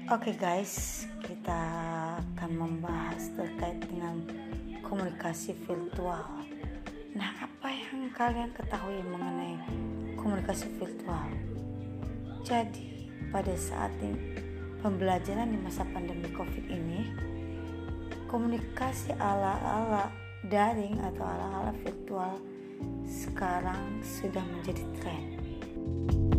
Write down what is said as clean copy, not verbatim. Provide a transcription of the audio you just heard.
Oke guys, kita akan membahas terkait dengan komunikasi virtual. Nah, apa yang kalian ketahui mengenai komunikasi virtual? Jadi, pada saat pembelajaran di masa pandemi COVID ini, komunikasi ala-ala daring atau ala-ala virtual sekarang sudah menjadi tren.